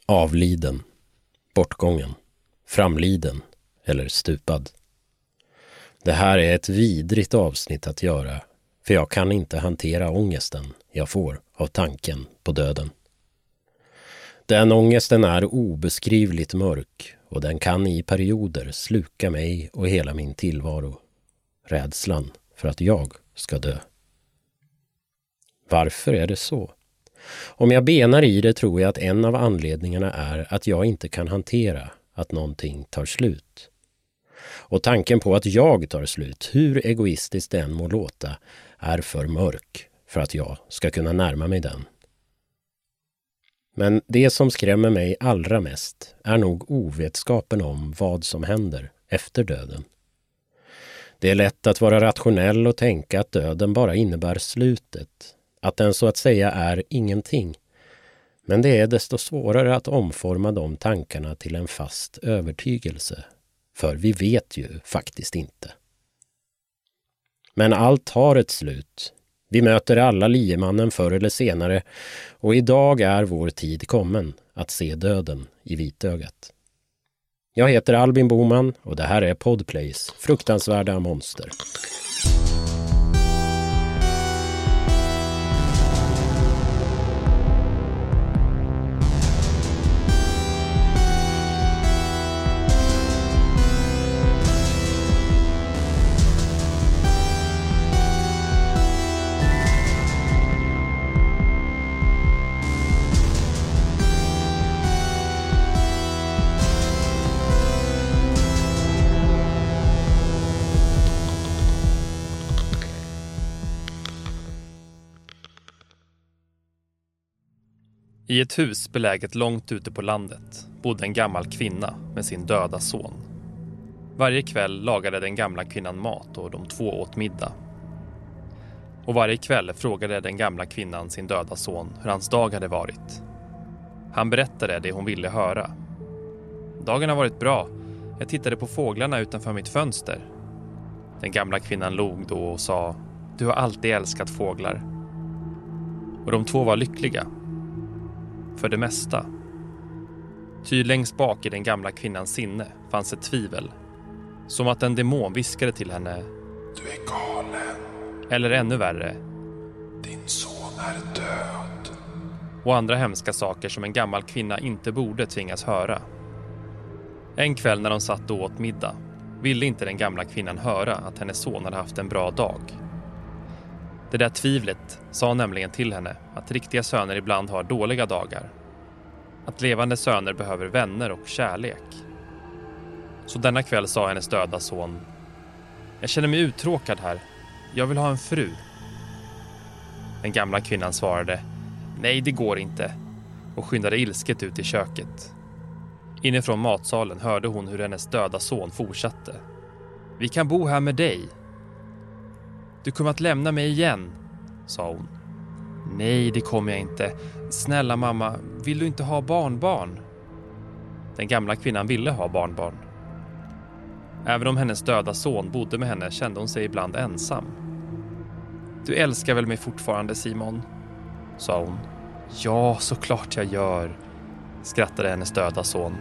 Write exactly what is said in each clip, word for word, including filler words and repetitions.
Avliden, bortgången, framliden eller stupad. Det här är ett vidrigt avsnitt att göra, för jag kan inte hantera ångesten jag får av tanken på döden. Den ångesten är obeskrivligt mörk och den kan i perioder sluka mig och hela min tillvaro. Rädslan för att jag ska dö. Varför är det så? Om jag benar i det tror jag att en av anledningarna är att jag inte kan hantera att någonting tar slut. Och tanken på att jag tar slut, hur egoistiskt det än må låta, är för mörk för att jag ska kunna närma mig den. Men det som skrämmer mig allra mest är nog ovetskapen om vad som händer efter döden. Det är lätt att vara rationell och tänka att döden bara innebär slutet, att den så att säga är ingenting. Men det är desto svårare att omforma de tankarna till en fast övertygelse, för vi vet ju faktiskt inte. Men allt har ett slut. Vi möter alla liemannen förr eller senare och idag är vår tid kommen att se döden i vitögat. Jag heter Albin Boman och det här är Podplays fruktansvärda monster. I ett hus beläget långt ute på landet bodde en gammal kvinna med sin döda son. Varje kväll lagade den gamla kvinnan mat och de två åt middag. Och varje kväll frågade den gamla kvinnan sin döda son hur hans dag hade varit. Han berättade det hon ville höra. Dagen har varit bra. Jag tittade på fåglarna utanför mitt fönster. Den gamla kvinnan log då och sa: du har alltid älskat fåglar. Och de två var lyckliga. För det mesta. Ty längst bak i den gamla kvinnans sinne fanns ett tvivel. Som att en demon viskade till henne: du är galen. Eller ännu värre: din son är död. Och andra hemska saker som en gammal kvinna inte borde tvingas höra. En kväll när de satt och åt middag ville inte den gamla kvinnan höra att hennes son hade haft en bra dag. Det där tvivlet sa nämligen till henne att riktiga söner ibland har dåliga dagar. Att levande söner behöver vänner och kärlek. Så denna kväll sa hennes döda son: jag känner mig uttråkad här. Jag vill ha en fru. Den gamla kvinnan svarade: nej, det går inte. Och skyndade ilsket ut i köket. Inifrån matsalen hörde hon hur hennes döda son fortsatte: vi kan bo här med dig. Du kommer att lämna mig igen, sa hon. Nej, det kommer jag inte. Snälla mamma, vill du inte ha barnbarn? Den gamla kvinnan ville ha barnbarn. Även om hennes döda son bodde med henne kände hon sig ibland ensam. Du älskar väl mig fortfarande, Simon? Sa hon. Ja, såklart jag gör, skrattade hennes döda son.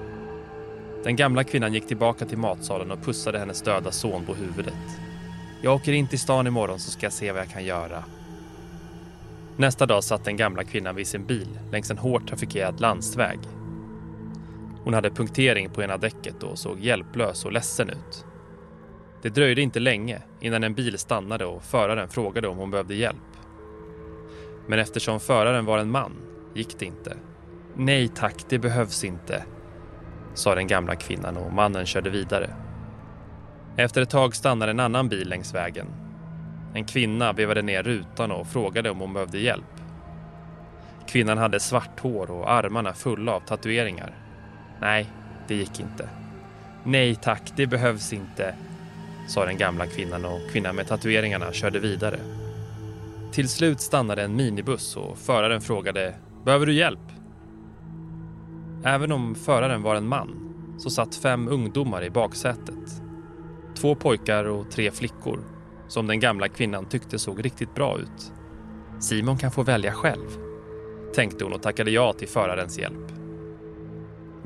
Den gamla kvinnan gick tillbaka till matsalen och pussade hennes döda son på huvudet. Jag åker in till stan imorgon så ska jag se vad jag kan göra. Nästa dag satt den gamla kvinnan vid sin bil längs en hårt trafikerad landsväg. Hon hade punktering på ena däcket och såg hjälplös och ledsen ut. Det dröjde inte länge innan en bil stannade och föraren frågade om hon behövde hjälp. Men eftersom föraren var en man gick det inte. Nej tack, det behövs inte, sa den gamla kvinnan och mannen körde vidare. Efter ett tag stannade en annan bil längs vägen. En kvinna vevade ner rutan och frågade om hon behövde hjälp. Kvinnan hade svart hår och armarna fulla av tatueringar. Nej, det gick inte. Nej tack, det behövs inte, sa den gamla kvinnan och kvinnan med tatueringarna körde vidare. Till slut stannade en minibuss och föraren frågade: behöver du hjälp? Även om föraren var en man så satt fem ungdomar i baksätet. Två pojkar och tre flickor som den gamla kvinnan tyckte såg riktigt bra ut. Simon kan få välja själv, tänkte hon och tackade ja till förarens hjälp.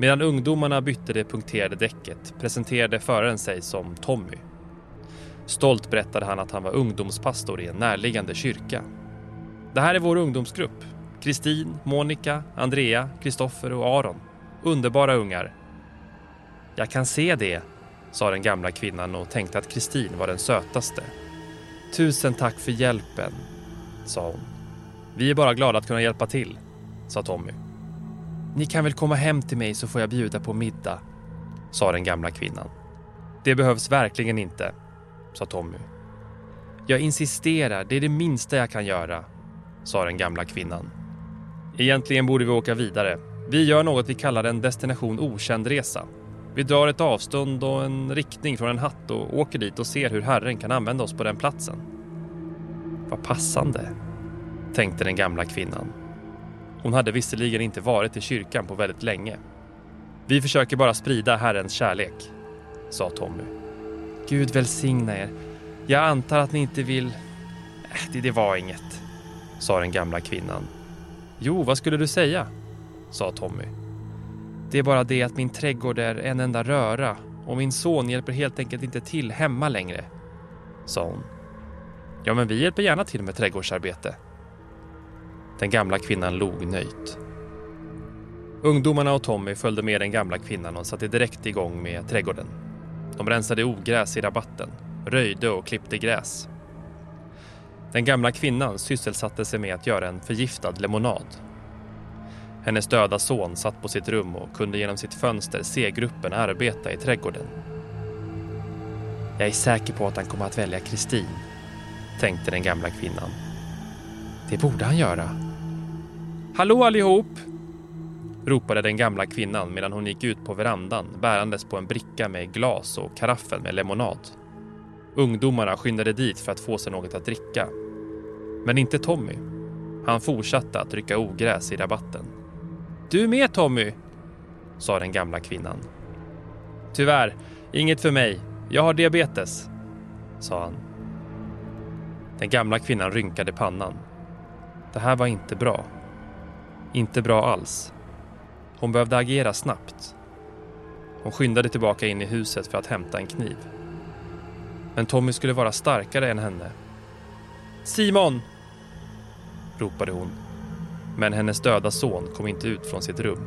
Medan ungdomarna bytte det punkterade däcket presenterade föraren sig som Tommy. Stolt berättade han att han var ungdomspastor i en närliggande kyrka. Det här är vår ungdomsgrupp. Kristin, Monica, Andrea, Kristoffer och Aron. Underbara ungar. Jag kan se det, sa den gamla kvinnan och tänkte att Kristin var den sötaste. Tusen tack för hjälpen, sa hon. Vi är bara glada att kunna hjälpa till, sa Tommy. Ni kan väl komma hem till mig så får jag bjuda på middag, sa den gamla kvinnan. Det behövs verkligen inte, sa Tommy. Jag insisterar, det är det minsta jag kan göra, sa den gamla kvinnan. Egentligen borde vi åka vidare. Vi gör något vi kallar en destination okänd resa. Vi drar ett avstånd och en riktning från en hatt och åker dit och ser hur Herren kan använda oss på den platsen. Vad passande, tänkte den gamla kvinnan. Hon hade visserligen inte varit i kyrkan på väldigt länge. Vi försöker bara sprida Herrens kärlek, sa Tommy. Gud välsigna er. Jag antar att ni inte vill... Äh, det, det var inget, sa den gamla kvinnan. Jo, vad skulle du säga? Sa Tommy. Det är bara det att min trädgård är en enda röra och min son hjälper helt enkelt inte till hemma längre, sa hon. Ja, men vi hjälper gärna till med trädgårdsarbete. Den gamla kvinnan log nöjt. Ungdomarna och Tommy följde med den gamla kvinnan och satte direkt igång med trädgården. De rensade ogräs i rabatten, röjde och klippte gräs. Den gamla kvinnan sysselsatte sig med att göra en förgiftad lemonad. Hennes döda son satt på sitt rum och kunde genom sitt fönster se gruppen arbeta i trädgården. Jag är säker på att han kommer att välja Kristin, tänkte den gamla kvinnan. Det borde han göra. Hallå allihop! Ropade den gamla kvinnan medan hon gick ut på verandan bärandes på en bricka med glas och karaffel med lemonad. Ungdomarna skyndade dit för att få sig något att dricka. Men inte Tommy. Han fortsatte att rycka ogräs i rabatten. Du med, Tommy, sa den gamla kvinnan. Tyvärr, inget för mig. Jag har diabetes, sa han. Den gamla kvinnan rynkade pannan. Det här var inte bra. Inte bra alls. Hon behövde agera snabbt. Hon skyndade tillbaka in i huset för att hämta en kniv. Men Tommy skulle vara starkare än henne. Simon! Ropade hon. Men hennes döda son kom inte ut från sitt rum.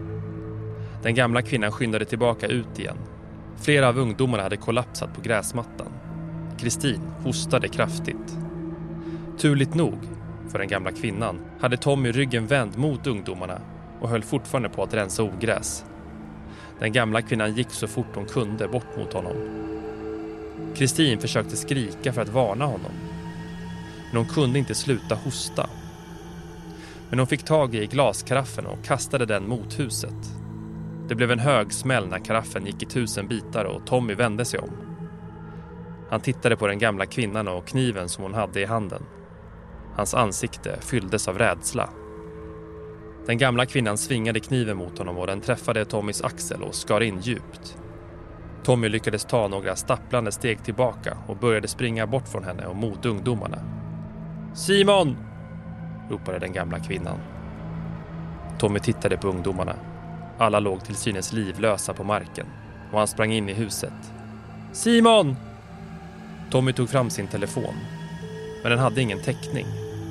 Den gamla kvinnan skyndade tillbaka ut igen. Flera av ungdomarna hade kollapsat på gräsmattan. Kristin hostade kraftigt. Turligt nog, för den gamla kvinnan, hade Tommy ryggen vänd mot ungdomarna och höll fortfarande på att rensa ogräs. Den gamla kvinnan gick så fort hon kunde bort mot honom. Kristin försökte skrika för att varna honom. Men hon kunde inte sluta hosta. Men hon fick tag i glaskaraffen och kastade den mot huset. Det blev en hög smäll när karaffen gick i tusen bitar och Tommy vände sig om. Han tittade på den gamla kvinnan och kniven som hon hade i handen. Hans ansikte fylldes av rädsla. Den gamla kvinnan svingade kniven mot honom och den träffade Tommys axel och skar in djupt. Tommy lyckades ta några stapplande steg tillbaka och började springa bort från henne och mot ungdomarna. Simon! Ropade den gamla kvinnan. Tommy tittade på ungdomarna. Alla låg till synes livlösa på marken och han sprang in i huset. Simon! Tommy tog fram sin telefon, men den hade ingen täckning.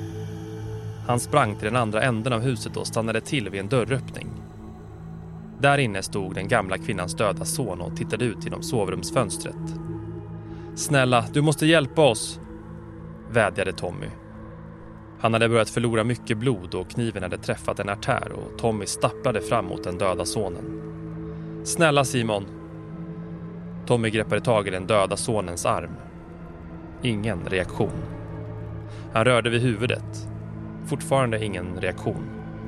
Han sprang till den andra änden av huset och stannade till vid en dörröppning. Där inne stod den gamla kvinnans döda son och tittade ut genom sovrumsfönstret. Snälla, du måste hjälpa oss, vädjade Tommy. Han hade börjat förlora mycket blod och kniven hade träffat en artär och Tommy stapplade fram mot den döda sonen. Snälla Simon. Tommy greppade tag i den döda sonens arm. Ingen reaktion. Han rörde vid huvudet. Fortfarande ingen reaktion.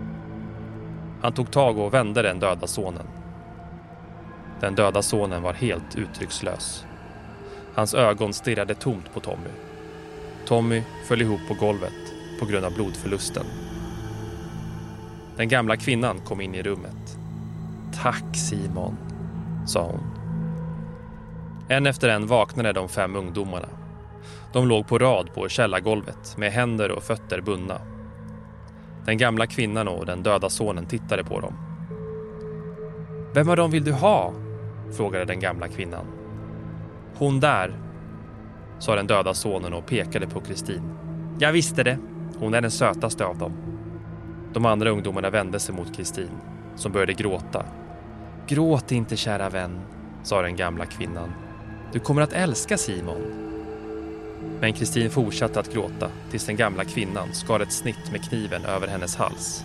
Han tog tag och vände den döda sonen. Den döda sonen var helt uttryckslös. Hans ögon stirrade tomt på Tommy. Tommy föll ihop på golvet på grund av blodförlusten. Den gamla kvinnan kom in i rummet. Tack Simon, sa hon. En efter en vaknade de fem ungdomarna. De låg på rad på källargolvet med händer och fötter bundna. Den gamla kvinnan och den döda sonen tittade på dem. Vem av dem vill du ha? Frågade den gamla kvinnan. Hon där, sa den döda sonen och pekade på Kristin. Jag visste det. Hon är den sötaste av dem. De andra ungdomarna vände sig mot Kristin, som började gråta. Gråt inte, kära vän, sa den gamla kvinnan. Du kommer att älska Simon. Men Kristin fortsatte att gråta tills den gamla kvinnan skar ett snitt med kniven över hennes hals.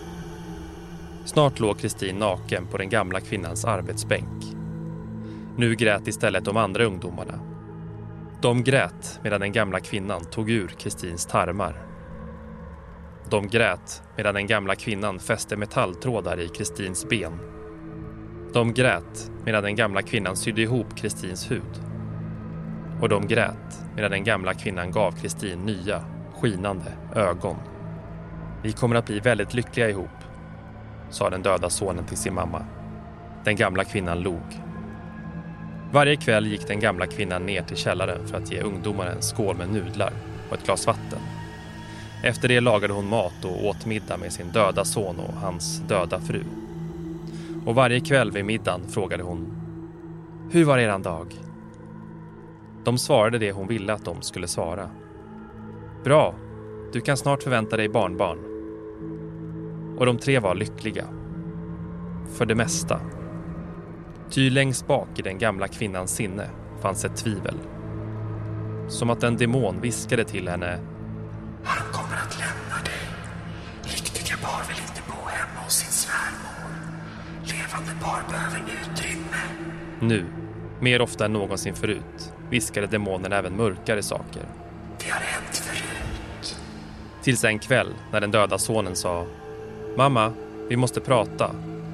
Snart låg Kristin naken på den gamla kvinnans arbetsbänk. Nu grät istället de andra ungdomarna. De grät medan den gamla kvinnan tog ur Kristins tarmar. De grät medan den gamla kvinnan fäste metalltrådar i Kristins ben. De grät medan den gamla kvinnan sydde ihop Kristins hud. Och de grät medan den gamla kvinnan gav Kristin nya, skinande ögon. Vi kommer att bli väldigt lyckliga ihop, sa den döda sonen till sin mamma. Den gamla kvinnan log. Varje kväll gick den gamla kvinnan ner till källaren för att ge ungdomarna en skål med nudlar och ett glas vatten. Efter det lagade hon mat och åt middag med sin döda son och hans döda fru. Och varje kväll vid middagen frågade hon: Hur var eran dag? De svarade det hon ville att de skulle svara. Bra, du kan snart förvänta dig barnbarn. Och de tre var lyckliga. För det mesta. Ty längst bak i den gamla kvinnans sinne fanns ett tvivel. Som att en demon viskade till henne: Han kommer att lämna dig. Riktiga par vill inte bo hemma hos sin svärmor. Levande par behöver utrymme. Nu, mer ofta än någonsin förut, viskade demonen även mörkare saker. Det har hänt förut. Tills en kväll när den döda sonen sa: Mamma, vi måste prata.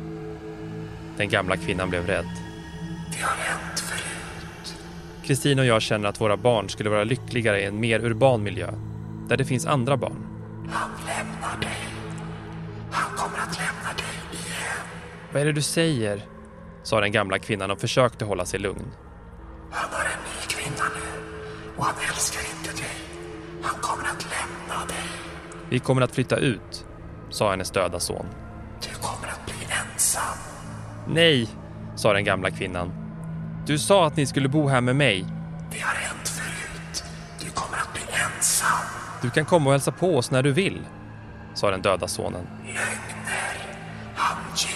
Den gamla kvinnan blev rädd. Det har hänt förut. Kristin och jag känner att våra barn skulle vara lyckligare i en mer urban miljö, där det finns andra barn. Han lämnar dig. Han kommer att lämna dig igen. Vad är det du säger? Sa den gamla kvinnan och försökte hålla sig lugn. Han har en ny kvinna nu. Och han älskar inte dig. Han kommer att lämna dig. Vi kommer att flytta ut, sa hennes döda son. Du kommer att bli ensam. Nej, sa den gamla kvinnan. Du sa att ni skulle bo här med mig. Det har hänt förut. Du kommer att bli ensam. Du kan komma och hälsa på oss när du vill, sa den döda sonen. Lögner. Han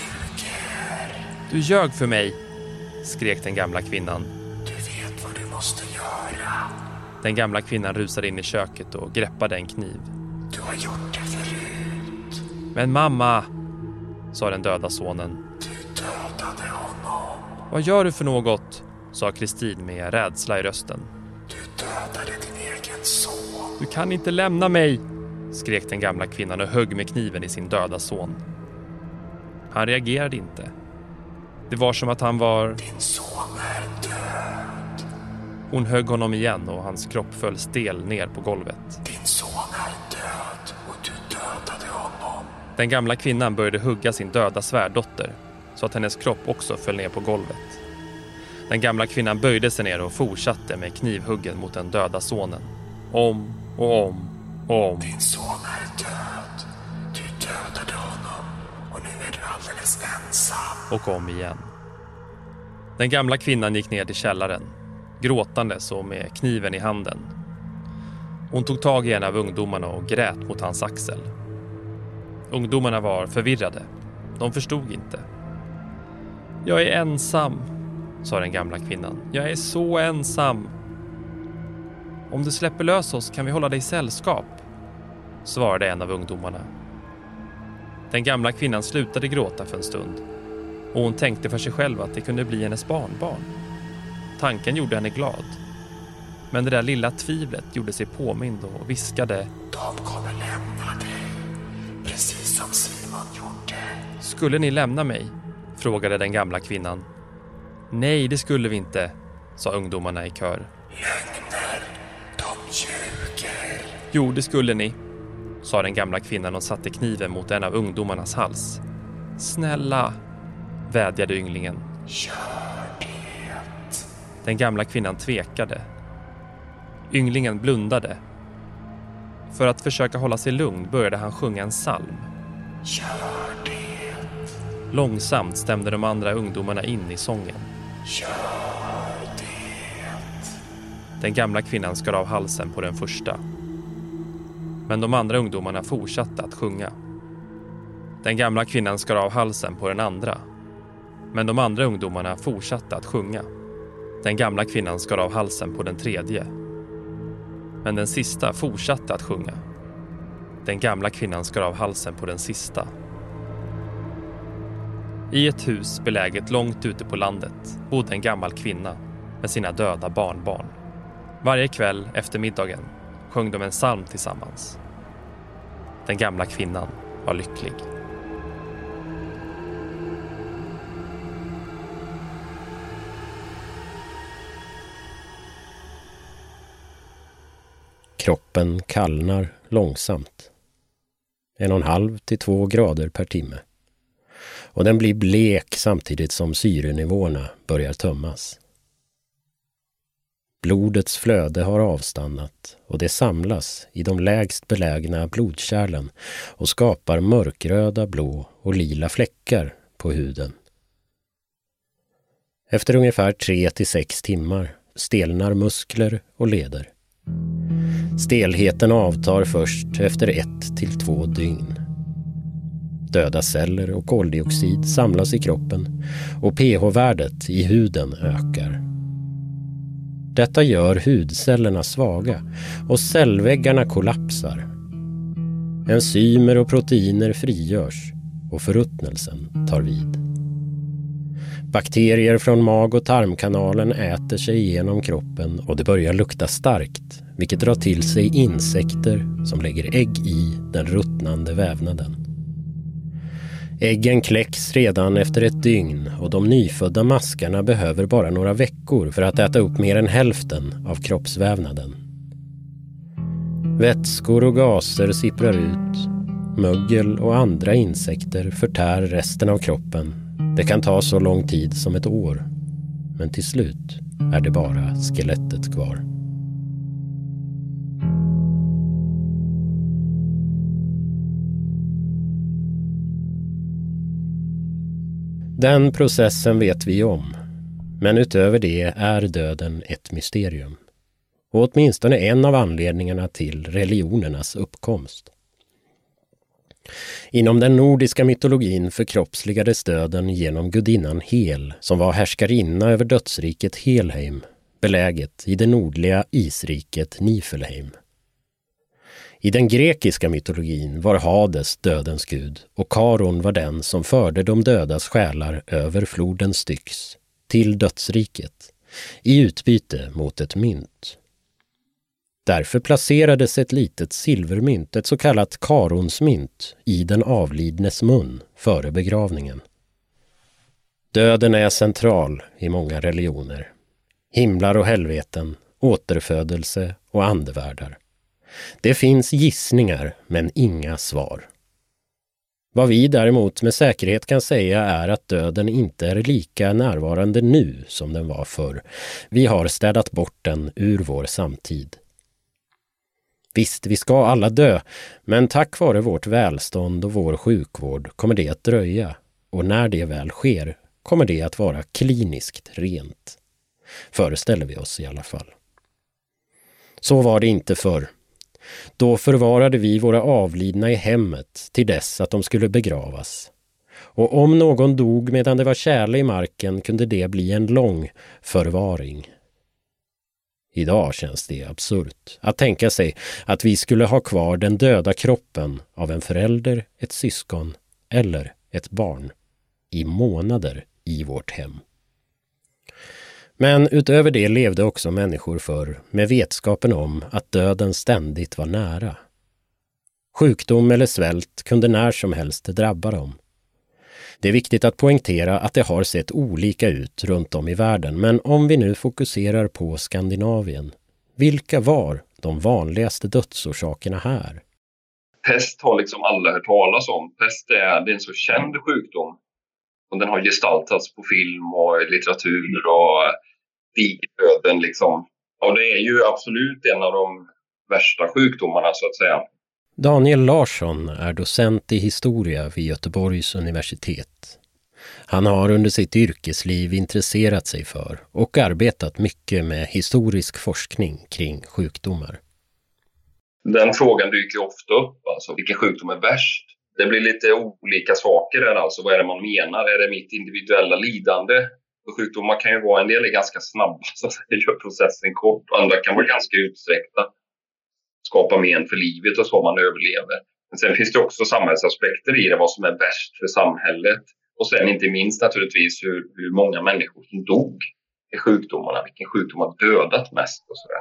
ljuger. Du ljög för mig, skrek den gamla kvinnan. Du vet vad du måste göra. Den gamla kvinnan rusade in i köket och greppade en kniv. Du har gjort det förut. Men mamma, sa den döda sonen. Du dödade honom. Vad gör du för något? Sa Kristin med rädsla i rösten. Du dödade din egen son. Du kan inte lämna mig, skrek den gamla kvinnan och högg med kniven i sin döda son. Han reagerade inte. Det var som att han var... Din son är död. Hon högg honom igen och hans kropp föll stel ner på golvet. Din son är död och du dödade honom. Den gamla kvinnan började hugga sin döda svärdotter så att hennes kropp också föll ner på golvet. Den gamla kvinnan böjde sig ner och fortsatte med knivhuggen mot den döda sonen. Om och om och om. Din son är död. Du dödade honom och nu är du alldeles ensam. Och om igen. Den gamla kvinnan gick ner till källaren, gråtandes och med kniven i handen. Hon tog tag i en av ungdomarna och grät mot hans axel. Ungdomarna var förvirrade. De förstod inte. Jag är ensam, sa den gamla kvinnan. Jag är så ensam. Om du släpper lös oss kan vi hålla dig sällskap, svarade en av ungdomarna. Den gamla kvinnan slutade gråta för en stund och hon tänkte för sig själv att det kunde bli hennes barnbarn. Tanken gjorde henne glad. Men det där lilla tvivlet gjorde sig påmind och viskade: De kommer lämna dig, precis som Simon gjorde. Skulle ni lämna mig? Frågade den gamla kvinnan. Nej, det skulle vi inte, sa ungdomarna i kör. Lögner, de ljuger. Jo, det skulle ni, sa den gamla kvinnan och satte kniven mot en av ungdomarnas hals. Snälla, vädjade ynglingen. Gör det. Den gamla kvinnan tvekade. Ynglingen blundade. För att försöka hålla sig lugn började han sjunga en psalm. Gör det. Långsamt stämde de andra ungdomarna in i sången. Gör det. Den gamla kvinnan skar av halsen på den första. Men de andra ungdomarna fortsatte att sjunga. Den gamla kvinnan skar av halsen på den andra. Men de andra ungdomarna fortsatte att sjunga. Den gamla kvinnan skar av halsen på den tredje. Men den sista fortsatte att sjunga. Den gamla kvinnan skar av halsen på den sista. I ett hus beläget långt ute på landet bodde en gammal kvinna med sina döda barnbarn. Varje kväll efter middagen sjöng de en psalm tillsammans. Den gamla kvinnan var lycklig. Kroppen kallnar långsamt. En och en halv till två grader per timme. Och den blir blek samtidigt som syrenivåerna börjar tömmas. Blodets flöde har avstannat och det samlas i de lägst belägna blodkärlen och skapar mörkröda, blå och lila fläckar på huden. Efter ungefär tre till sex timmar stelnar muskler och leder. Stelheten avtar först efter ett till två dygn. Döda celler och koldioxid samlas i kroppen och pH-värdet i huden ökar. Detta gör hudcellerna svaga och cellväggarna kollapsar. Enzymer och proteiner frigörs och förruttnelsen tar vid. Bakterier från mag- och tarmkanalen äter sig igenom kroppen och det börjar lukta starkt, vilket drar till sig insekter som lägger ägg i den ruttnande vävnaden. Äggen kläcks redan efter ett dygn och de nyfödda maskarna behöver bara några veckor för att äta upp mer än hälften av kroppsvävnaden. Vätskor och gaser sipprar ut. Mögel och andra insekter förtär resten av kroppen. Det kan ta så lång tid som ett år, men till slut är det bara skelettet kvar. Den processen vet vi om, men utöver det är döden ett mysterium. Och åtminstone en av anledningarna till religionernas uppkomst. Inom den nordiska mytologin förkroppsligades döden genom gudinnan Hel, som var härskarinna över dödsriket Helheim, beläget i det nordliga isriket Niflheim. I den grekiska mytologin var Hades dödens gud och Karon var den som förde de dödas själar över floden Styx till dödsriket i utbyte mot ett mynt. Därför placerades ett litet silvermynt, ett så kallat Karonsmynt, i den avlidnes mun före begravningen. Döden är central i många religioner. Himlar och helveten, återfödelse och andevärldar. Det finns gissningar men inga svar. Vad vi däremot med säkerhet kan säga är att döden inte är lika närvarande nu som den var förr. Vi har städat bort den ur vår samtid. Visst, vi ska alla dö, men tack vare vårt välstånd och vår sjukvård kommer det att dröja. Och när det väl sker kommer det att vara kliniskt rent. Föreställer vi oss i alla fall. Så var det inte förr. Då förvarade vi våra avlidna i hemmet till dess att de skulle begravas. Och om någon dog medan det var tjäle i marken kunde det bli en lång förvaring. Idag känns det absurt att tänka sig att vi skulle ha kvar den döda kroppen av en förälder, ett syskon eller ett barn i månader i vårt hem. Men utöver det levde också människor förr med vetskapen om att döden ständigt var nära. Sjukdom eller svält kunde när som helst drabba dem. Det är viktigt att poängtera att det har sett olika ut runt om i världen, men om vi nu fokuserar på Skandinavien, vilka var de vanligaste dödsorsakerna här? Pest har liksom alla hört talas om. Pest är, det är en så känd sjukdom. Och den har gestaltats på film och litteratur och digerdöden liksom. Och det är ju absolut en av de värsta sjukdomarna så att säga. Daniel Larsson är docent i historia vid Göteborgs universitet. Han har under sitt yrkesliv intresserat sig för och arbetat mycket med historisk forskning kring sjukdomar. Den frågan dyker ofta upp, alltså vilken sjukdom är värst? Det blir lite olika saker där, alltså vad är det man menar? Är det mitt individuella lidande? För sjukdomar kan ju vara, en del är ganska snabba så att det gör processen kort, och andra kan vara ganska utsträckta. Skapa men för livet och så man överlever. Men sen finns det också samhällsaspekter i det, vad som är värst för samhället. Och sen inte minst naturligtvis hur, hur många människor som dog i sjukdomarna, vilken sjukdom har dödat mest och sådär.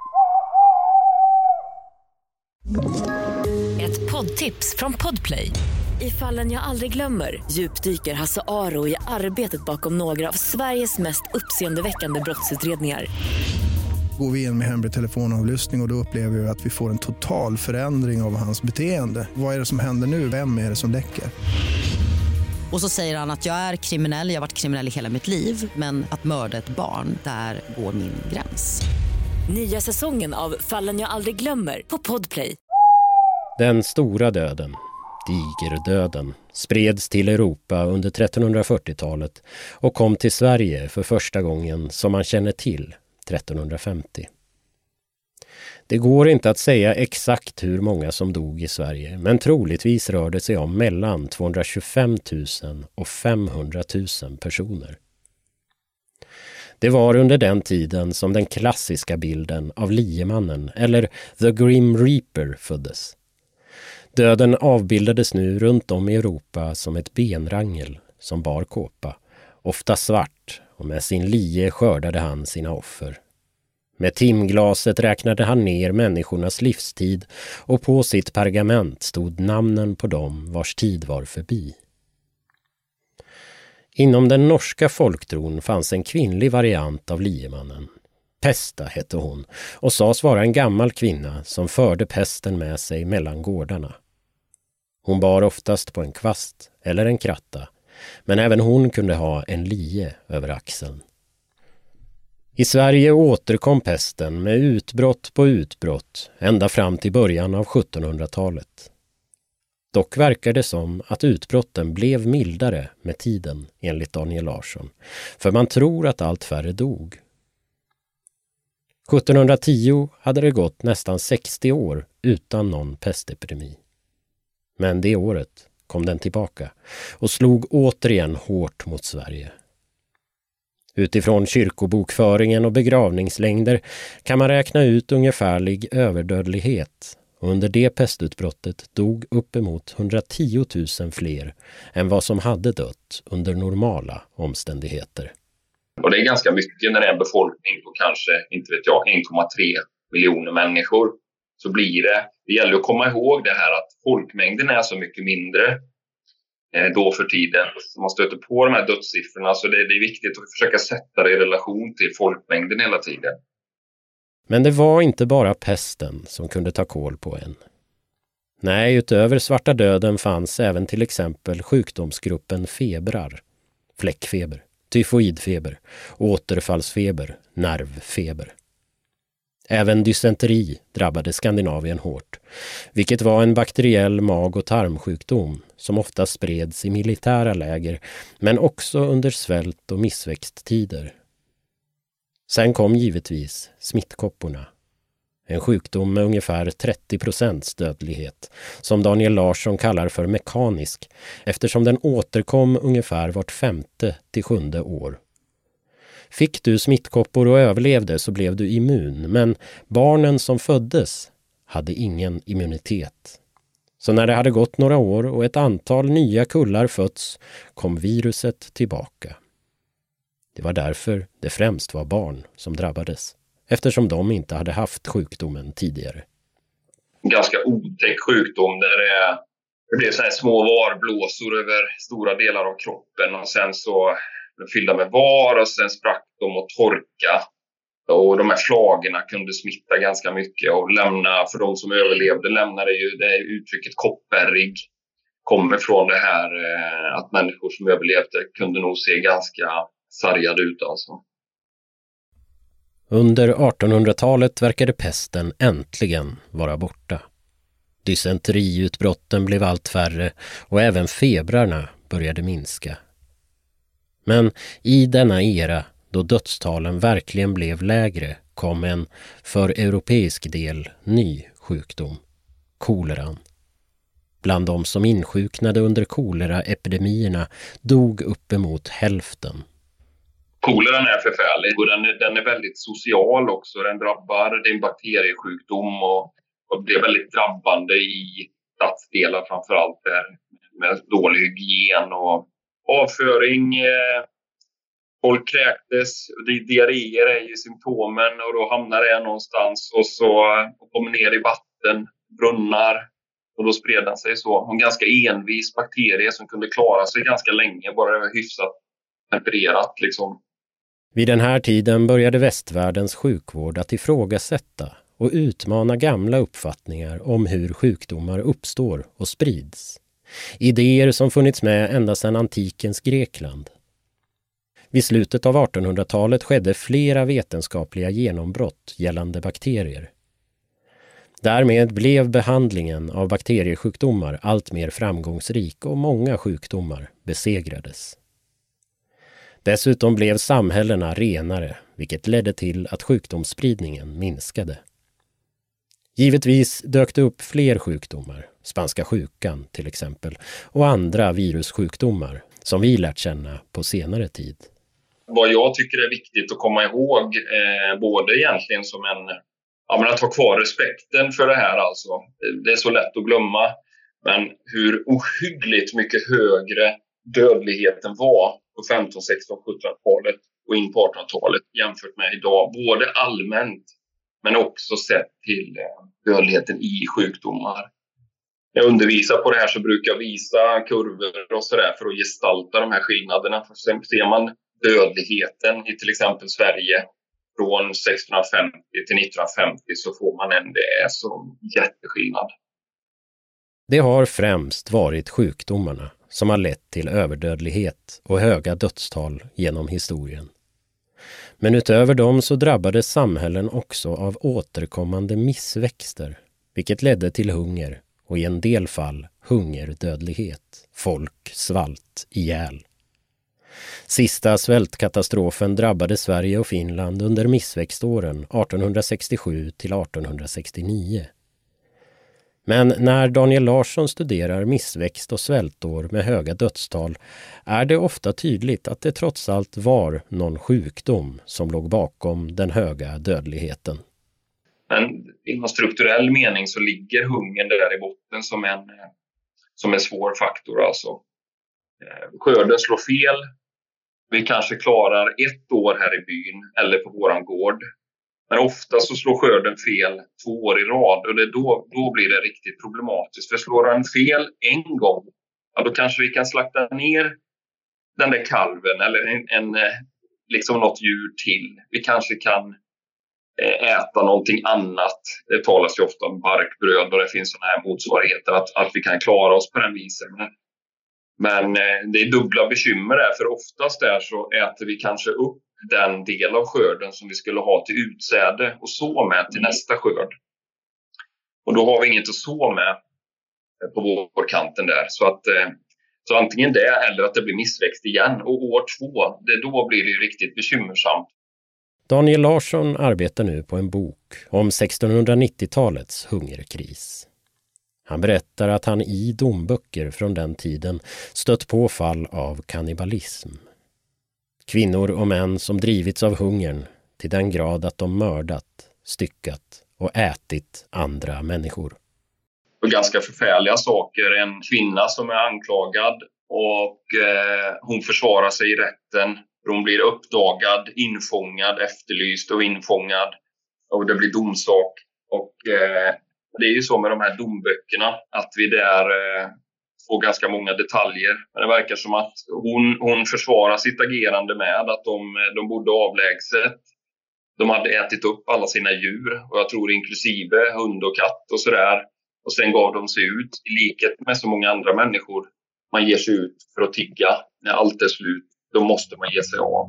Ett poddtips från Podplay. I Fallen jag aldrig glömmer djupdyker Hasse Aro i arbetet bakom några av Sveriges mest uppseendeväckande brottsutredningar. Går vi in med hemlig telefonavlyssning och, och då upplever vi att vi får en total förändring av hans beteende. Vad är det som händer nu? Vem är det som läcker? Och så säger han att jag är kriminell, jag har varit kriminell i hela mitt liv. Men att mörda ett barn, där går min gräns. Nya säsongen av Fallen jag aldrig glömmer på Podplay. Den stora döden, digerdöden, spreds till Europa under trettonhundrafyrtiotalet och kom till Sverige för första gången som man känner till, trettonhundrafemtio. Det går inte att säga exakt hur många som dog i Sverige, men troligtvis rör det sig om mellan tvåhundratjugofem tusen och femhundra tusen personer. Det var under den tiden som den klassiska bilden av liemannen eller The Grim Reaper föddes. Döden avbildades nu runt om i Europa som ett benrangel som bar kåpa, ofta svart, och med sin lie skördade han sina offer. Med timglaset räknade han ner människornas livstid och på sitt pergament stod namnen på dem vars tid var förbi. Inom den norska folktron fanns en kvinnlig variant av liemannen. Pesta hette hon och sades vara en gammal kvinna som förde pesten med sig mellan gårdarna. Hon bar oftast på en kvast eller en kratta, men även hon kunde ha en lie över axeln. I Sverige återkom pesten med utbrott på utbrott ända fram till början av sjuttonhundratalet. Dock verkar det som att utbrotten blev mildare med tiden, enligt Daniel Larsson, för man tror att allt färre dog. sjuttonhundratio hade det gått nästan sextio år utan någon pestepidemi. Men det året kom den tillbaka och slog återigen hårt mot Sverige. Utifrån kyrkobokföringen och begravningslängder kan man räkna ut ungefärlig överdödlighet. Och under det pestutbrottet dog uppemot hundratio tusen fler än vad som hade dött under normala omständigheter. Och det är ganska mycket när det är en befolkning på kanske, inte vet jag, en komma tre miljoner människor. Så blir det, det gäller att komma ihåg det här att folkmängden är så mycket mindre eh, då för tiden. Så man stöter på de här dödssiffrorna, så det, det är viktigt att försöka sätta det i relation till folkmängden hela tiden. Men det var inte bara pesten som kunde ta kål på en. Nej, utöver svarta döden fanns även till exempel sjukdomsgruppen febrar, fläckfeber, tyfoidfeber, återfallsfeber, nervfeber. Även dysenteri drabbade Skandinavien hårt, vilket var en bakteriell mag- och tarmsjukdom som ofta spreds i militära läger men också under svält- och missväxttider. Sen kom givetvis smittkopporna. En sjukdom med ungefär trettio procent dödlighet, som Daniel Larsson kallar för mekanisk, eftersom den återkom ungefär vart femte till sjunde år. Fick du smittkoppor och överlevde så blev du immun, men barnen som föddes hade ingen immunitet. Så när det hade gått några år och ett antal nya kullar fötts kom viruset tillbaka. Det var därför det främst var barn som drabbades, eftersom de inte hade haft sjukdomen tidigare. En ganska otäck sjukdom där det, det blev så här små varblåsor över stora delar av kroppen och sen så fyllda med var och sen sprack de och torka. Och de här flagorna kunde smitta ganska mycket och lämna, för de som överlevde lämnade ju det uttrycket koppärrig. Kommer från det här att människor som överlevde kunde nog se ganska sargade ut alltså. Under artonhundratalet verkade pesten äntligen vara borta. Dysenteriutbrotten blev allt färre och även febrarna började minska. Men i denna era, då dödstalen verkligen blev lägre, kom en för europeisk del ny sjukdom, koleran. Bland de som insjuknade under koleraepidemierna dog uppemot hälften. Koleran är förfärlig och den är, den är väldigt social också. Den drabbar, det är en bakteriesjukdom och, och det är väldigt drabbande i stadsdelar framförallt där med dålig hygien och avföring. Eh, folk kräktes, diarréer är ju symptomen och då hamnar det någonstans och så och kommer ner i vatten, brunnar och då spred den sig så. En ganska envis bakterie som kunde klara sig ganska länge, bara hyfsat tempererat liksom. Vid den här tiden började västvärldens sjukvård att ifrågasätta och utmana gamla uppfattningar om hur sjukdomar uppstår och sprids. Idéer som funnits med ända sedan antikens Grekland. Vid slutet av artonhundratalet skedde flera vetenskapliga genombrott gällande bakterier. Därmed blev behandlingen av bakteriesjukdomar allt mer framgångsrik och många sjukdomar besegrades. Dessutom blev samhällena renare, vilket ledde till att sjukdomsspridningen minskade. Givetvis dök det upp fler sjukdomar, spanska sjukan till exempel, och andra virussjukdomar som vi lärt känna på senare tid. Vad jag tycker är viktigt att komma ihåg, eh, både egentligen som en, ja, men att ha kvar respekten för det här alltså. Det är så lätt att glömma, men hur ohyggligt mycket högre dödligheten var på femton-, sexton-, sjuttonhundratalet och in på artonhundratalet jämfört med idag. Både allmänt men också sett till dödligheten i sjukdomar. När jag undervisar på det här så brukar jag visa kurvor och sådär för att gestalta de här skillnaderna. För sen ser man dödligheten i till exempel Sverige från sextonhundrafemtio till nittonhundrafemtio så får man en, det är så jätteskillnad. Det har främst varit sjukdomarna som har lett till överdödlighet och höga dödstal genom historien. Men utöver dem så drabbades samhällen också av återkommande missväxter, vilket ledde till hunger och i en del fall hungerdödlighet. Folk svalt ihjäl. Sista svältkatastrofen drabbade Sverige och Finland under missväxtåren artonhundrasextiosju till artonhundrasextionio. Men när Daniel Larsson studerar missväxt och svältår med höga dödstal är det ofta tydligt att det trots allt var någon sjukdom som låg bakom den höga dödligheten. Men i någon strukturell mening så ligger hungern där i botten som en, som en svår faktor. Alltså. Skörden slår fel. Vi kanske klarar ett år här i byn eller på våran gård. Men ofta så slår skörden fel två år i rad och det då, då blir det riktigt problematiskt. För slår den fel en gång, ja, då kanske vi kan slakta ner den där kalven eller en, en, liksom något djur till. Vi kanske kan äta någonting annat. Det talas ju ofta om barkbröd och det finns sådana här motsvarigheter att, att vi kan klara oss på den visen. Men, men det är dubbla bekymmer där, för oftast där så äter vi kanske upp den del av skörden som vi skulle ha till utsäde och så med till nästa skörd. Och då har vi inget att så med på vårkanten där. Så, att, så antingen det eller att det blir missväxt igen. Och år två, det då blir det ju riktigt bekymmersamt. Daniel Larsson arbetar nu på en bok om sextonhundranittiotalets hungerkris. Han berättar att han i domböcker från den tiden stött på fall av kannibalism. Kvinnor och män som drivits av hungern till den grad att de mördat, styckat och ätit andra människor. Och ganska förfärliga saker. En kvinna som är anklagad och eh, hon försvarar sig i rätten. Hon blir uppdagad, infångad, efterlyst och infångad. Och det blir domsak. Och eh, det är ju så med de här domböckerna att vi där eh, får ganska många detaljer. Men det verkar som att hon, hon försvarar sitt agerande med att de, de bodde avlägset. De hade ätit upp alla sina djur och jag tror inklusive hund och katt och sådär. Och sen gav de sig ut i likhet med så många andra människor. Man ger sig ut för att tigga. När allt är slut, då måste man ge sig av.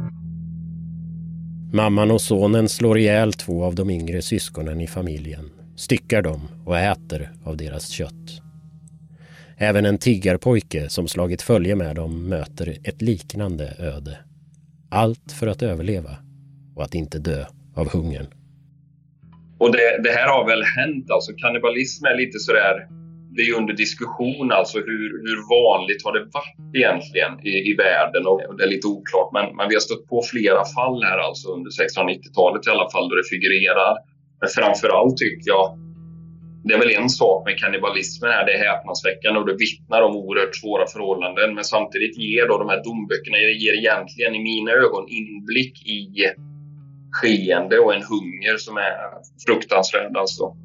Mamman och sonen slår ihjäl två av de yngre syskonen i familjen. styckar dem och äter av deras kött. Även en tiggarpojke som slagit följe med dem möter ett liknande öde. Allt för att överleva och att inte dö av hungern. Och det, det här har väl hänt, alltså kannibalism är lite sådär, det är under diskussion alltså hur, hur vanligt har det varit egentligen i, i världen, och, och det är lite oklart, men, men vi har stött på flera fall här alltså under sextonhundranittiotalet i alla fall då det figurerar. Men framförallt tycker jag, det är väl en sak med kannibalismen här, det är häpnadsväckande och det vittnar om oerhört svåra förhållanden, men samtidigt ger då de här domböckerna, det ger egentligen i mina ögon inblick i skeende och en hunger som är fruktansvärd alltså.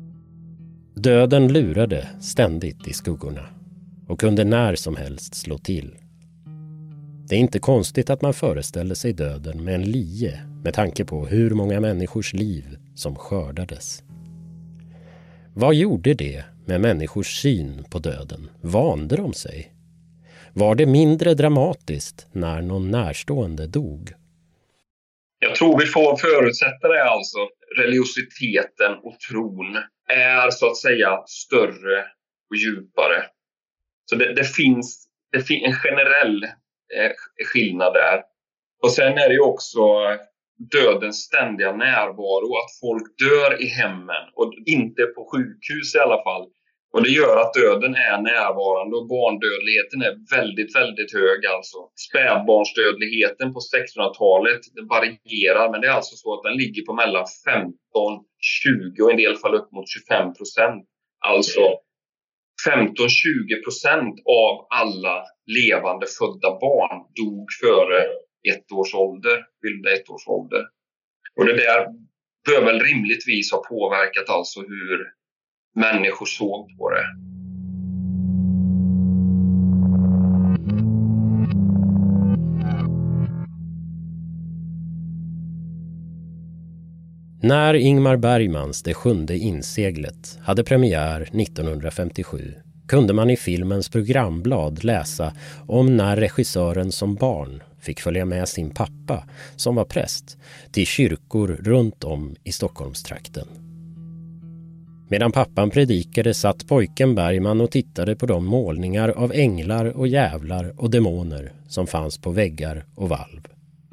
Döden lurade ständigt i skuggorna och kunde när som helst slå till. Det är inte konstigt att man föreställer sig döden med en lie med tanke på hur många människors liv som skördades. Vad gjorde det med människors syn på döden? Vande de sig? Var det mindre dramatiskt när någon närstående dog? Jag tror vi får förutsätta det alltså. Religiositeten och tron är så att säga större och djupare. Så det, det finns det finns en generell eh, skillnad där. Och sen är det ju också dödens ständiga närvaro. Att folk dör i hemmen och inte på sjukhus i alla fall. Och det gör att döden är närvarande och barndödligheten är väldigt, väldigt hög. Alltså. Spädbarnsdödligheten på sextonhundratalet det varierar, men det är alltså så att den ligger på mellan femton tjugo och i en del fall upp mot tjugofem procent. Alltså femton till tjugo procent av alla levande födda barn dog före ett års ålder, fyllda ett års ålder. Och det där bör väl rimligtvis ha påverkat alltså hur människor såg på det. När Ingmar Bergmans Det sjunde inseglet hade premiär nittonhundrafemtiosju kunde man i filmens programblad läsa om när regissören som barn fick följa med sin pappa, som var präst, till kyrkor runt om i Stockholmstrakten. Medan pappan predikade satt pojken Bergman och tittade på de målningar av änglar och jävlar och demoner som fanns på väggar och valv.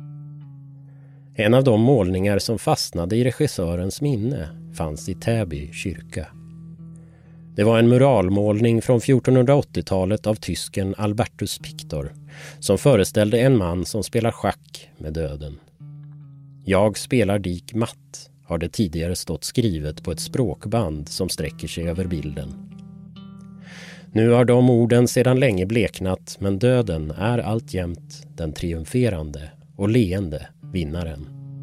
En av de målningar som fastnade i regissörens minne fanns i Täby kyrka. Det var en muralmålning från fjortonhundraåttiotalet av tysken Albertus Pictor som föreställde en man som spelar schack med döden. Jag spelar dik matt har det tidigare stått skrivet på ett språkband som sträcker sig över bilden. Nu har de orden sedan länge bleknat, men döden är alltjämt den triumferande och leende vinnaren.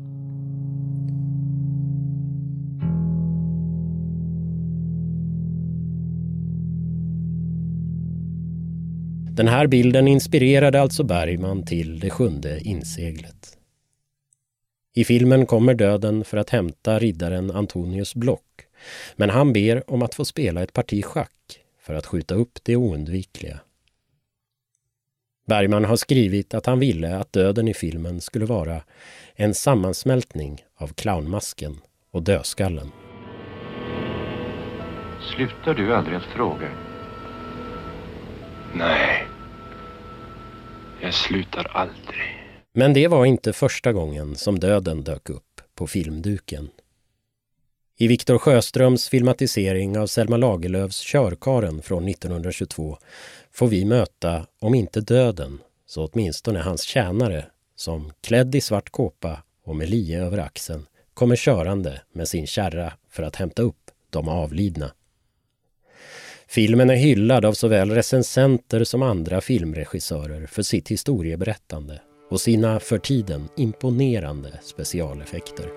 Den här bilden inspirerade alltså Bergman till Det sjunde inseglet. I filmen kommer döden för att hämta riddaren Antonius Block, men han ber om att få spela ett parti schack för att skjuta upp det oundvikliga. Bergman har skrivit att han ville att döden i filmen skulle vara en sammansmältning av clownmasken och dödskallen. Slutar du aldrig att fråga? Nej, jag slutar aldrig. Men det var inte första gången som döden dök upp på filmduken. I Viktor Sjöströms filmatisering av Selma Lagerlöfs Körkaren från nittonhundratjugotvå får vi möta, om inte döden, så åtminstone hans tjänare som, klädd i svart kåpa och med lie över axeln, kommer körande med sin kärra för att hämta upp de avlidna. Filmen är hyllad av såväl recensenter som andra filmregissörer för sitt historieberättande och sina för tiden imponerande specialeffekter.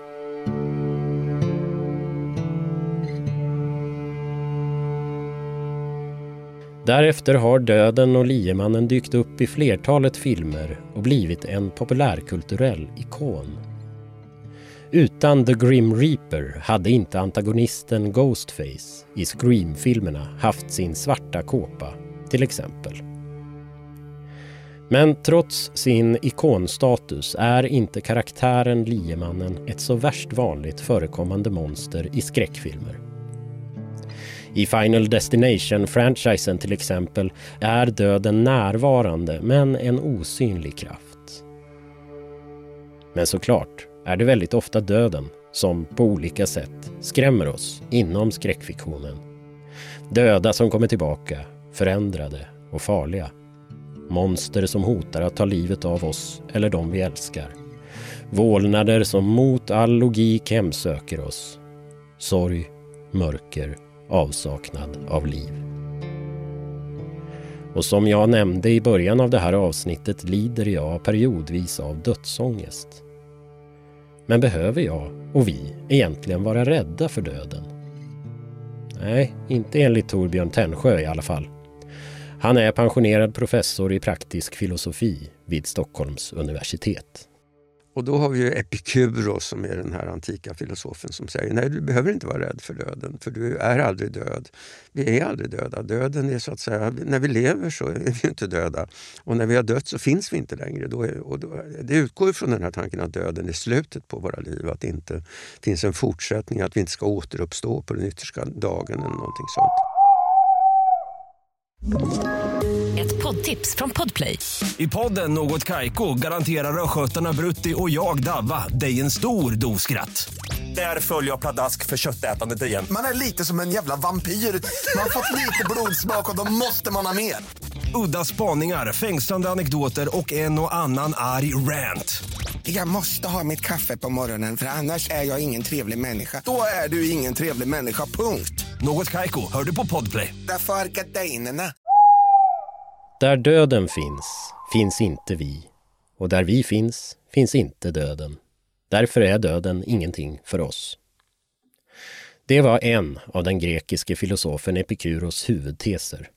Därefter har döden och liemannen dykt upp i flertalet filmer och blivit en populärkulturell ikon. Utan The Grim Reaper hade inte antagonisten Ghostface i Scream-filmerna haft sin svarta kåpa, till exempel. Men trots sin ikonstatus är inte karaktären liemannen ett så värst vanligt förekommande monster i skräckfilmer. I Final Destination-franchisen till exempel är döden närvarande men en osynlig kraft. Men såklart är det väldigt ofta döden som på olika sätt skrämmer oss inom skräckfiktionen. Döda som kommer tillbaka, förändrade och farliga. Monster som hotar att ta livet av oss eller de vi älskar. Vålnader som mot all logik hemsöker oss. Sorg, mörker, avsaknad av liv. Och som jag nämnde i början av det här avsnittet lider jag periodvis av dödsångest. Men behöver jag och vi egentligen vara rädda för döden? Nej, inte enligt Torbjörn Tännsjö i alla fall. Han är pensionerad professor i praktisk filosofi vid Stockholms universitet. Och då har vi ju Epikuros som är den här antika filosofen som säger nej, du behöver inte vara rädd för döden för du är aldrig död. Vi är aldrig döda. Döden är så att säga, när vi lever så är vi inte döda. Och när vi har dött så finns vi inte längre. Då är, och då, det utgår från den här tanken att döden är slutet på våra liv. Att det inte finns en fortsättning, att vi inte ska återuppstå på den yttersta dagen eller någonting sånt. Ett poddtips från Podplay. I podden Något Kaiko garanterar röskötarna Brutti och jag Davva dig en stor doskratt. Där följer jag pladask för köttätandet igen. Man är lite som en jävla vampyr. Man har fått lite blodsmak och då måste man ha mer. Udda spaningar, fängslande anekdoter och en och annan arg rant. Jag måste ha mitt kaffe på morgonen för annars är jag ingen trevlig människa. Då är du ingen trevlig människa, punkt. Något Kaiko, hör du på Podplay. Därför är gardinerna. Där döden finns, finns inte vi. Och där vi finns, finns inte döden. Därför är döden ingenting för oss. Det var en av den grekiske filosofen Epikuros huvudteser.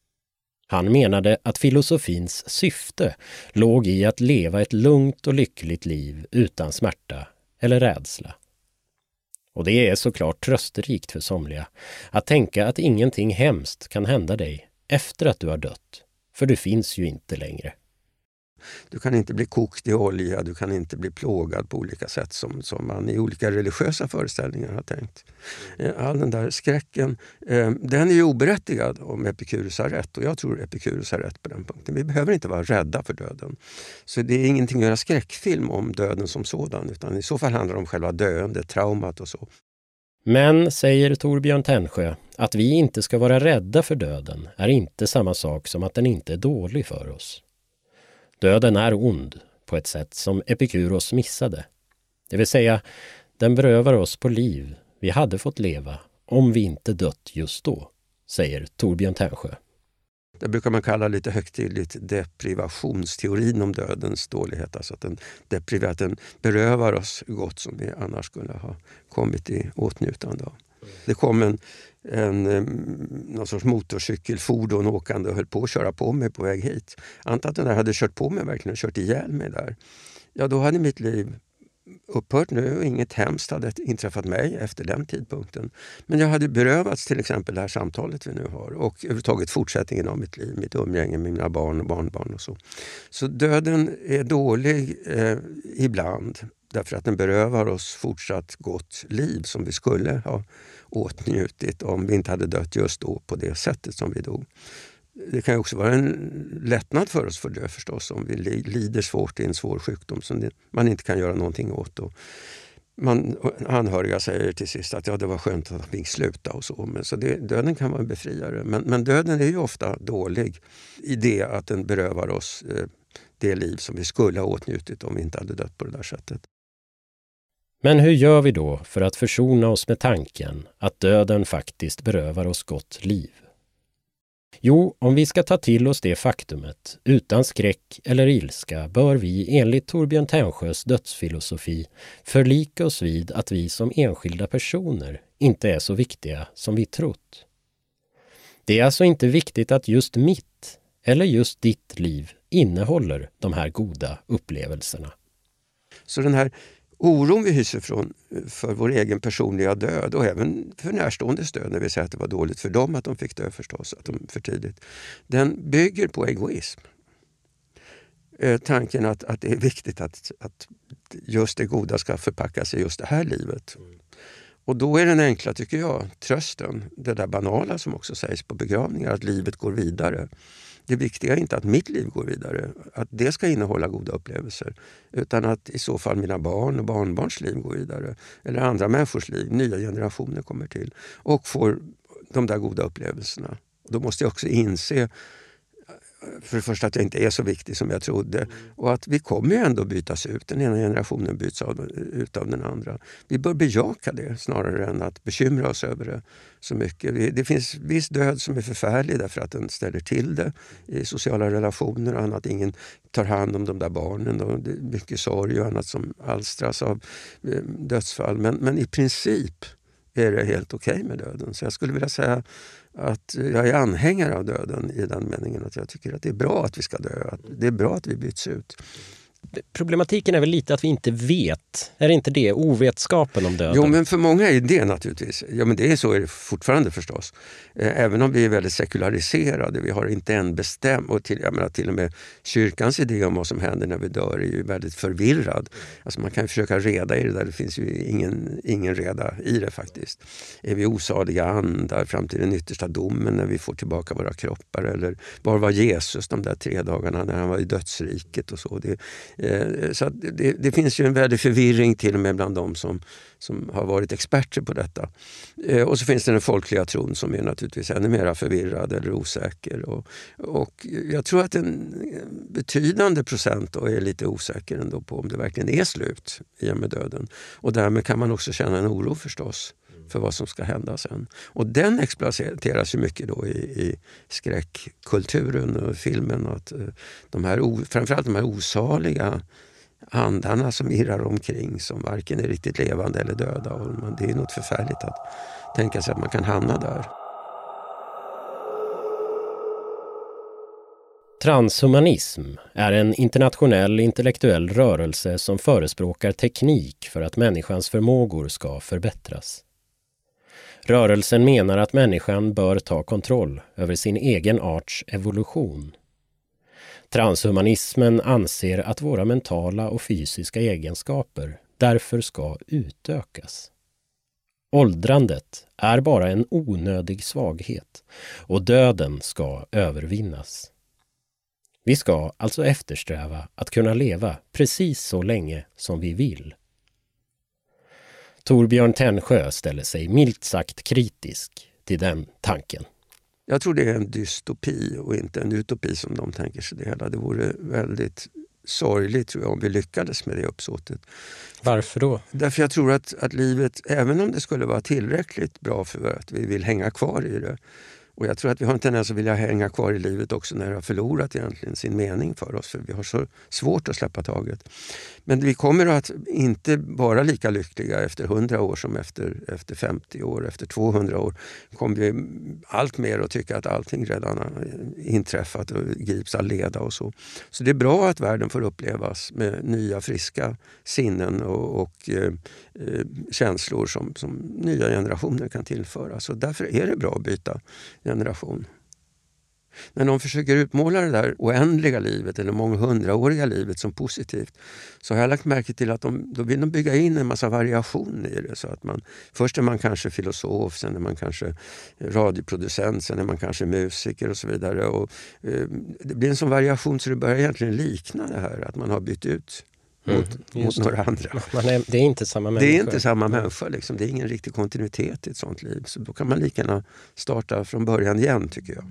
Han menade att filosofins syfte låg i att leva ett lugnt och lyckligt liv utan smärta eller rädsla. Och det är såklart trösterikt för somliga att tänka att ingenting hemskt kan hända dig efter att du har dött. För du finns ju inte längre. Du kan inte bli kokt i olja, du kan inte bli plågad på olika sätt som, som man i olika religiösa föreställningar har tänkt. All den där skräcken, eh, den är ju oberättigad om Epikuros har rätt. Och jag tror Epikuros har rätt på den punkten. Vi behöver inte vara rädda för döden. Så det är ingenting att göra skräckfilm om döden som sådan. Utan i så fall handlar det om själva döendet, traumat och så. Men, säger Torbjörn Tännsjö, att vi inte ska vara rädda för döden är inte samma sak som att den inte är dålig för oss. Döden är ond på ett sätt som Epikuros missade. Det vill säga, den berövar oss på liv vi hade fått leva om vi inte dött just då, säger Torbjörn Tännsjö. Det brukar man kalla lite högtidligt deprivationsteorin om dödens dålighet. Alltså att den, depriv- att den berövar oss gott som vi annars skulle ha kommit i åtnjutande av. Det kom en, en, någon sorts motorcykelfordon åkande och höll på att köra på mig på väg hit. Anta att den där hade kört på mig verkligen och kört ihjäl mig där. Ja, då hade mitt liv upphört nu och inget hemskt hade inträffat mig efter den tidpunkten. Men jag hade berövats till exempel det här samtalet vi nu har och överhuvudtaget fortsättningen av mitt liv, mitt umgänge med mina barn och barnbarn och så. Så döden är dålig eh, ibland därför att den berövar oss fortsatt gott liv som vi skulle ha åtnjutit om vi inte hade dött just då på det sättet som vi dog. Det kan ju också vara en lättnad för oss för dö förstås om vi lider svårt i en svår sjukdom som det, man inte kan göra någonting åt. Och man, anhöriga säger till sist att ja, det var skönt att han fick sluta och så. Men så det, döden kan vara en befriare. Men, men döden är ju ofta dålig i det att den berövar oss eh, det liv som vi skulle ha åtnjutit om vi inte hade dött på det där sättet. Men hur gör vi då för att försona oss med tanken att döden faktiskt berövar oss gott liv? Jo, om vi ska ta till oss det faktumet, utan skräck eller ilska, bör vi enligt Torbjörn Tännsjös dödsfilosofi förlika oss vid att vi som enskilda personer inte är så viktiga som vi trott. Det är alltså inte viktigt att just mitt eller just ditt liv innehåller de här goda upplevelserna. Så den här oron vi hyser från, för vår egen personliga död och även för närståendes död, när vi säger att det var dåligt för dem att de fick dö förstås, att de för tidigt, den bygger på egoism. Eh, tanken att, att det är viktigt att, att just det goda ska förpackas i just det här livet. Och då är den enkla, tycker jag, trösten, det där banala som också sägs på begravningar, att livet går vidare. Det viktiga är inte att mitt liv går vidare, att det ska innehålla goda upplevelser, utan att i så fall mina barn och barnbarns liv går vidare. Eller andra människors liv, nya generationer kommer till och får de där goda upplevelserna. Då måste jag också inse för det första att jag inte är så viktig som jag trodde. Och att vi kommer ju ändå bytas ut. Den ena generationen byts av, ut av den andra. Vi bör bejaka det snarare än att bekymra oss över det så mycket. Vi, det finns viss död som är förfärlig därför att den ställer till det i sociala relationer och annat. Ingen tar hand om de där barnen och det är mycket sorg och annat som alstras av eh, dödsfall. Men, men i princip är det helt okej okay med döden. Så jag skulle vilja säga att jag är anhängare av döden i den meningen att jag tycker att det är bra att vi ska dö. Att det är bra att vi byts ut. Problematiken är väl lite att vi inte vet. Är det inte det? Ovetskapen om döden? Jo, men för många är det naturligtvis. Ja, men det är så är det fortfarande förstås. Även om vi är väldigt sekulariserade. Vi har inte en bestäm och till, jag menar, till och med kyrkans idé om vad som händer när vi dör är ju väldigt förvirrad. Alltså man kan ju försöka reda i det där. Det finns ju ingen, ingen reda i det faktiskt. Är vi osaliga andar fram till den yttersta domen när vi får tillbaka våra kroppar? Eller var var Jesus de där tre dagarna när han var i dödsriket och så? Det Så att det, det finns ju en väldig förvirring till och med bland de som, som har varit experter på detta. Och så finns det den folkliga tron som är naturligtvis ännu mer förvirrad eller osäker. Och, och jag tror att en betydande procent då är lite osäker ändå på om det verkligen är slut i och med döden. Och därmed kan man också känna en oro förstås för vad som ska hända sen. Och den exploateras ju mycket då i, i skräckkulturen och filmen. Att de här, framförallt de här osaliga andarna som irrar omkring som varken är riktigt levande eller döda. Och det är något förfärligt att tänka sig att man kan hamna där. Transhumanism är en internationell intellektuell rörelse som förespråkar teknik för att människans förmågor ska förbättras. Rörelsen menar att människan bör ta kontroll över sin egen arts evolution. Transhumanismen anser att våra mentala och fysiska egenskaper därför ska utökas. Åldrandet är bara en onödig svaghet och döden ska övervinnas. Vi ska alltså eftersträva att kunna leva precis så länge som vi vill. Torbjörn Tännsjö ställer sig milt sagt kritisk till den tanken. Jag tror det är en dystopi och inte en utopi som de tänker sig det hela. Det vore väldigt sorgligt tror jag om vi lyckades med det uppsåtet. Varför då? Därför jag tror att, att livet, även om det skulle vara tillräckligt bra för att vi vill hänga kvar i det. Och jag tror att vi har en tendens att vilja hänga kvar i livet också när det har förlorat egentligen sin mening för oss. För vi har så svårt att släppa taget. Men vi kommer att inte vara lika lyckliga efter hundra år som efter, efter femtio år, efter tvåhundra år. Kommer vi allt mer att tycka att allting redan har inträffat och grips all leda och så. Så det är bra att världen får upplevas med nya friska sinnen och, och eh, känslor som, som nya generationer kan tillföra. Så därför är det bra att byta generation. När någon försöker utmåla det där oändliga livet eller månghundraåriga livet som positivt så har jag lagt märke till att de, då vill de bygga in en massa variation i det. Så att man, först är man kanske filosof, sen är man kanske radioproducent, sen är man kanske musiker och så vidare. Och, eh, det blir en sån variation så det börjar egentligen likna det här att man har bytt ut mot, mm, mot några andra. Man är, det är inte samma människa. Det är inte samma människa. Liksom. Det är ingen riktig kontinuitet i ett sånt liv. Så då kan man lika gärna starta från början igen tycker jag.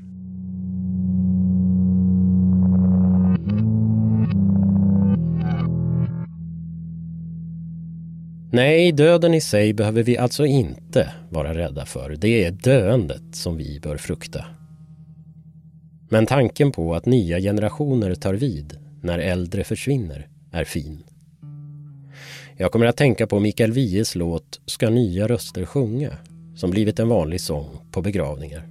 Nej, döden i sig behöver vi alltså inte vara rädda för. Det är döendet som vi bör frukta. Men tanken på att nya generationer tar vid när äldre försvinner är fin. Jag kommer att tänka på Mikael Wiehes låt Ska nya röster sjunga, som blivit en vanlig sång på begravningar.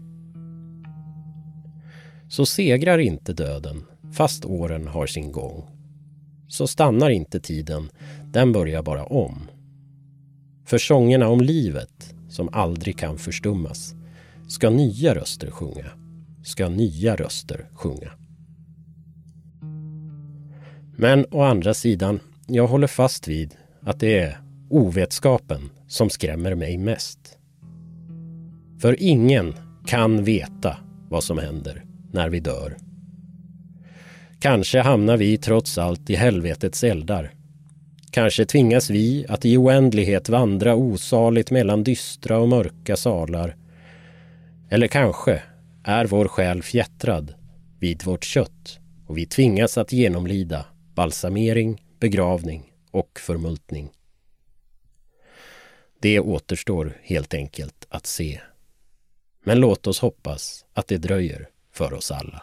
Så segrar inte döden, fast åren har sin gång. Så stannar inte tiden, den börjar bara om. För sångerna om livet, som aldrig kan förstummas, ska nya röster sjunga, ska nya röster sjunga. Men å andra sidan, jag håller fast vid att det är ovetskapen som skrämmer mig mest. För ingen kan veta vad som händer när vi dör. Kanske hamnar vi trots allt i helvetets eldar. Kanske tvingas vi att i oändlighet vandra osaligt mellan dystra och mörka salar. Eller kanske är vår själ fjättrad vid vårt kött och vi tvingas att genomlida balsamering, begravning och förmultning. Det återstår helt enkelt att se. Men låt oss hoppas att det dröjer för oss alla.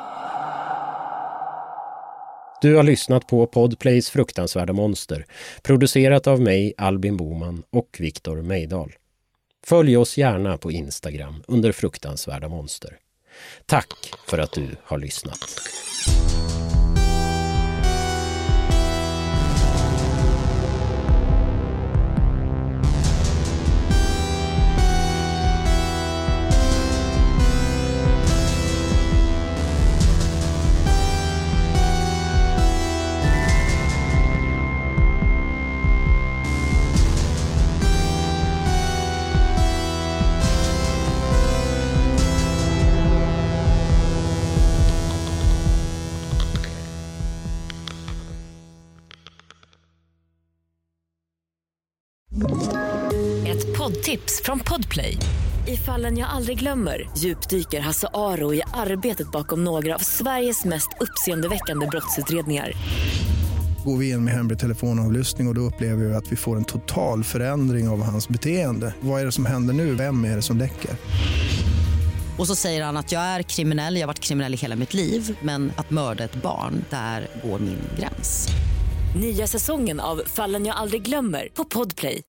Du har lyssnat på Podplays fruktansvärda monster, producerat av mig, Albin Boman och Viktor Mejdal. Följ oss gärna på Instagram under fruktansvärda monster. Tack för att du har lyssnat. Ett poddtips från Podplay. I Fallen jag aldrig glömmer djupdyker Hasse Aro i arbetet bakom några av Sveriges mest uppseendeväckande brottsutredningar. Går vi in med hemlig telefonavlyssning och, och då upplever vi att vi får en total förändring av hans beteende. Vad är det som händer nu? Vem är det som läcker? Och så säger han att jag är kriminell, jag har varit kriminell i hela mitt liv. Men att mörda ett barn, där går min gräns. Nya säsongen av Fallen jag aldrig glömmer på Podplay.